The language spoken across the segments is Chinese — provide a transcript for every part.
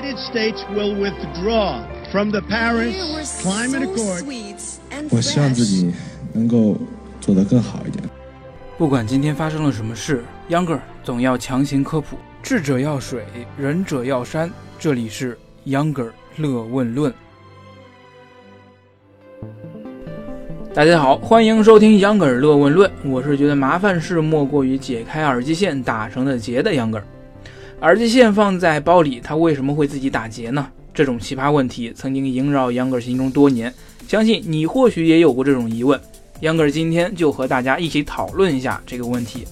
United States will withdraw from the Paris Climate Accord. 我希望自己能够做得更好一点。 不管今天发生了什么事，秧歌儿总要强行科普，智者要水，仁者要山。这里是秧歌儿乐问论。大家好，欢迎收听秧歌儿乐问论，我是觉得麻烦事莫过于解开耳机线打成的结的秧歌儿。耳机线放在包里，它为什么会自己打结呢？这种奇葩问题曾经萦绕秧歌儿心中多年，相信你或许也有过这种疑问。秧歌儿今天就和大家一起讨论一下这个问题。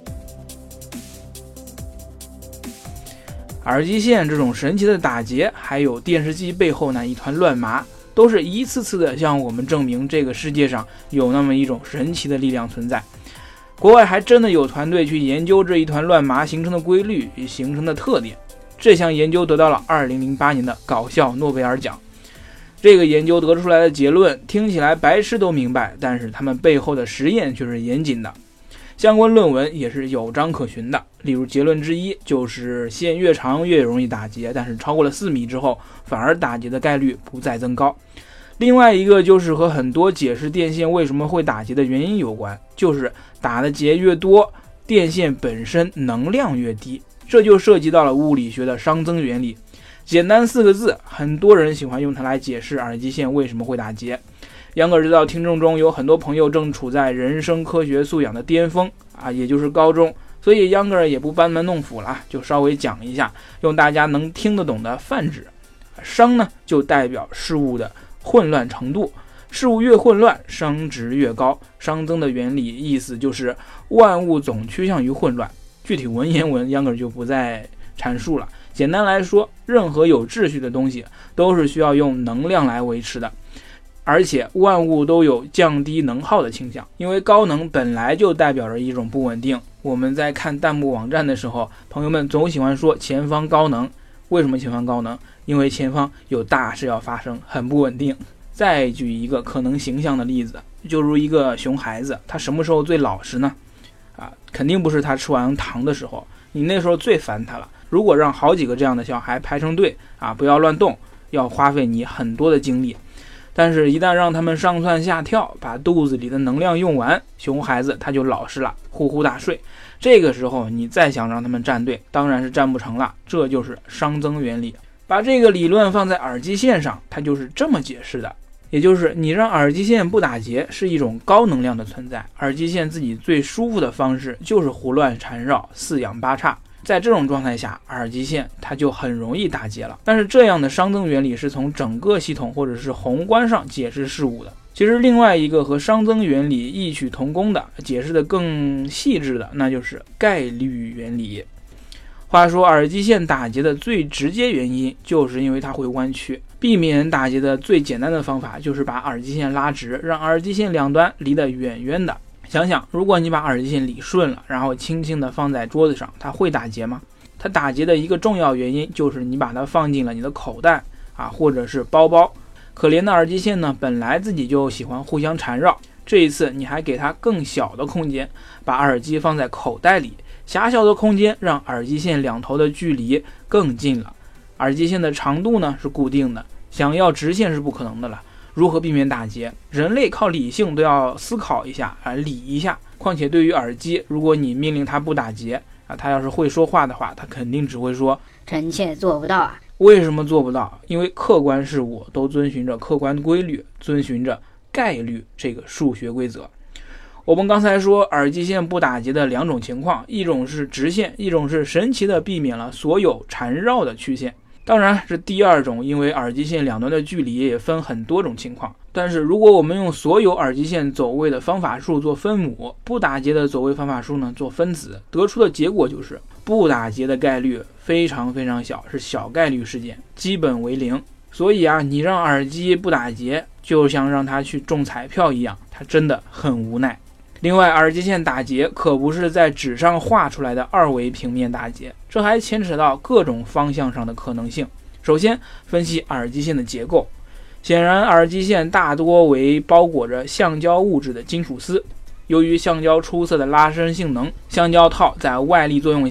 耳机线这种神奇的打结，还有电视机背后那一团乱麻，都是一次次的向我们证明这个世界上有那么一种神奇的力量存在。国外还真的有团队去研究这一团乱麻形成的规律与形成的特点，这项研究得到了2008年的搞笑诺贝尔奖。这个研究得出来的结论听起来白痴都明白，但是他们背后的实验却是严谨的，相关论文也是有章可循的。例如结论之一就是线越长越容易打结，但是超过了4米之后反而打结的概率不再增高。另外一个就是和很多解释电线为什么会打结的原因有关，就是打的结越多，电线本身能量越低，这就涉及到了物理学的熵增原理。简单4个字，很多人喜欢用它来解释耳机线为什么会打结。秧歌知道听众中有很多朋友正处在人生科学素养的巅峰也就是高中，所以秧歌也不班门弄斧了，就稍微讲一下，用大家能听得懂的泛指。熵呢就代表事物的混乱程度，事物越混乱，熵值越高。熵增的原理意思就是万物总趋向于混乱，具体文言文秧歌就不再阐述了。简单来说，任何有秩序的东西都是需要用能量来维持的，而且万物都有降低能耗的倾向，因为高能本来就代表着一种不稳定。我们在看弹幕网站的时候，朋友们总喜欢说前方高能。为什么前方高能？因为前方有大事要发生，很不稳定。再举一个可能形象的例子，就如一个熊孩子，他什么时候最老实呢？肯定不是他吃完糖的时候，你那时候最烦他了。如果让好几个这样的小孩排成队不要乱动，要花费你很多的精力。但是一旦让他们上蹿下跳，把肚子里的能量用完，熊孩子他就老实了，呼呼大睡。这个时候你再想让他们站队，当然是站不成了。这就是熵增原理。把这个理论放在耳机线上，它就是这么解释的，也就是你让耳机线不打结是一种高能量的存在，耳机线自己最舒服的方式就是胡乱缠绕，四仰八叉。在这种状态下，耳机线它就很容易打结了。但是这样的熵增原理是从整个系统或者是宏观上解释事物的。其实另外一个和熵增原理异曲同工的，解释的更细致的，那就是概率原理。话说耳机线打结的最直接原因就是因为它会弯曲，避免打结的最简单的方法就是把耳机线拉直，让耳机线两端离得远远的。想想，如果你把耳机线理顺了，然后轻轻地放在桌子上，它会打结吗？它打结的一个重要原因就是你把它放进了你的口袋或者是包包。可怜的耳机线呢，本来自己就喜欢互相缠绕，这一次你还给它更小的空间，把耳机放在口袋里，狭小的空间让耳机线两头的距离更近了。耳机线的长度呢是固定的，想要直线是不可能的了。如何避免打结？人类靠理性都要思考一下理一下。况且对于耳机，如果你命令它不打结它要是会说话的话，它肯定只会说臣妾做不到啊。 为什么做不到？因为客观事物都遵循着客观规律，遵循着概率这个数学规则。我们刚才说耳机线不打结的2种情况，一种是直线，一种是神奇的避免了所有缠绕的曲线。当然是第二种，因为耳机线两端的距离也分很多种情况。但是如果我们用所有耳机线走位的方法数做分母，不打结的走位方法数呢做分子，得出的结果就是不打结的概率非常非常小，是小概率事件，基本为0。所以你让耳机不打结，就像让它去中彩票一样，它真的很无奈。另外，耳机线打结可不是在纸上画出来的2维平面打结，这还牵扯到各种方向上的可能性。首先分析耳机线的结构，显然耳机线大多为包裹着橡胶物质的金属丝，由于橡胶出色的拉伸性能，橡胶套在外力作用下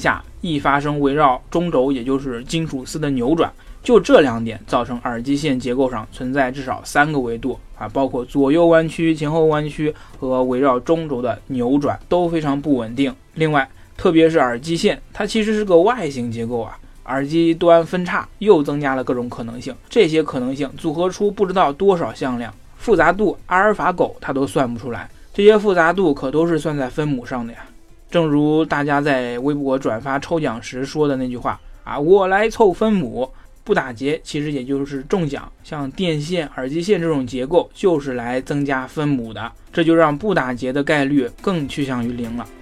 易发生围绕中轴也就是金属丝的扭转。就这2点造成耳机线结构上存在至少3个维度包括左右弯曲、前后弯曲和围绕中轴的扭转都非常不稳定。另外特别是耳机线，它其实是个外形结构耳机端分叉又增加了各种可能性，这些可能性组合出不知道多少向量，复杂度阿尔法狗它都算不出来，这些复杂度可都是算在分母上的呀。正如大家在微博转发抽奖时说的那句话我来凑分母，不打结其实也就是中奖，像电线、耳机线这种结构就是来增加分母的，这就让不打结的概率更趋向于0了。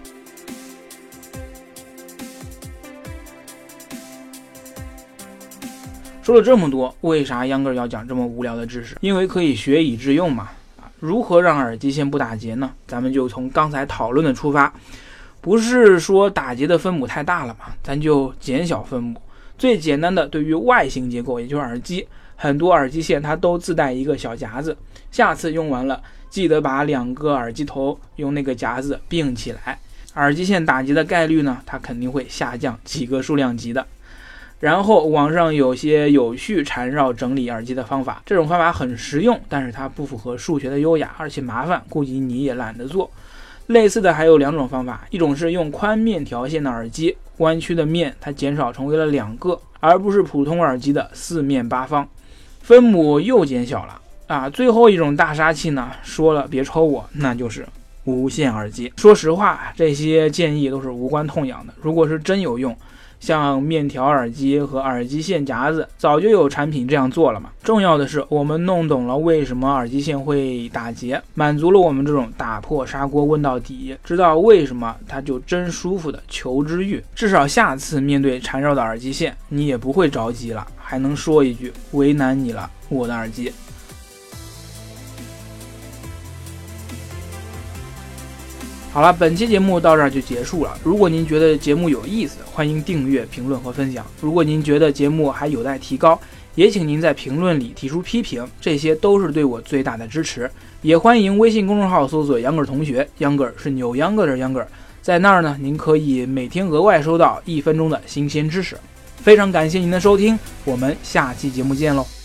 说了这么多，为啥秧歌要讲这么无聊的知识？因为可以学以致用嘛。如何让耳机线不打结呢？咱们就从刚才讨论的出发，不是说打结的分母太大了嘛，咱就减小分母。最简单的，对于外形结构，也就是耳机，很多耳机线它都自带一个小夹子，下次用完了记得把2个耳机头用那个夹子并起来，耳机线打结的概率呢，它肯定会下降几个数量级的。然后网上有些有序缠绕整理耳机的方法，这种方法很实用，但是它不符合数学的优雅，而且麻烦，估计你也懒得做。类似的还有2种方法，一种是用宽面条线的耳机，弯曲的面它减少成为了2个，而不是普通耳机的4面8方，分母又减小了最后一种大杀器呢，说了别抽我，那就是无线耳机。说实话，这些建议都是无关痛痒的，如果是真有用，像面条耳机和耳机线夹子早就有产品这样做了嘛。重要的是我们弄懂了为什么耳机线会打结，满足了我们这种打破砂锅问到底，知道为什么它就真舒服的求知欲，至少下次面对缠绕的耳机线你也不会着急了，还能说一句为难你了我的耳机。好了，本期节目到这儿就结束了。如果您觉得节目有意思，欢迎订阅、评论和分享。如果您觉得节目还有待提高，也请您在评论里提出批评，这些都是对我最大的支持。也欢迎微信公众号搜索秧歌同学，秧歌是扭秧歌的秧歌，在那儿呢，您可以每天额外收到1分钟的新鲜知识。非常感谢您的收听，我们下期节目见喽。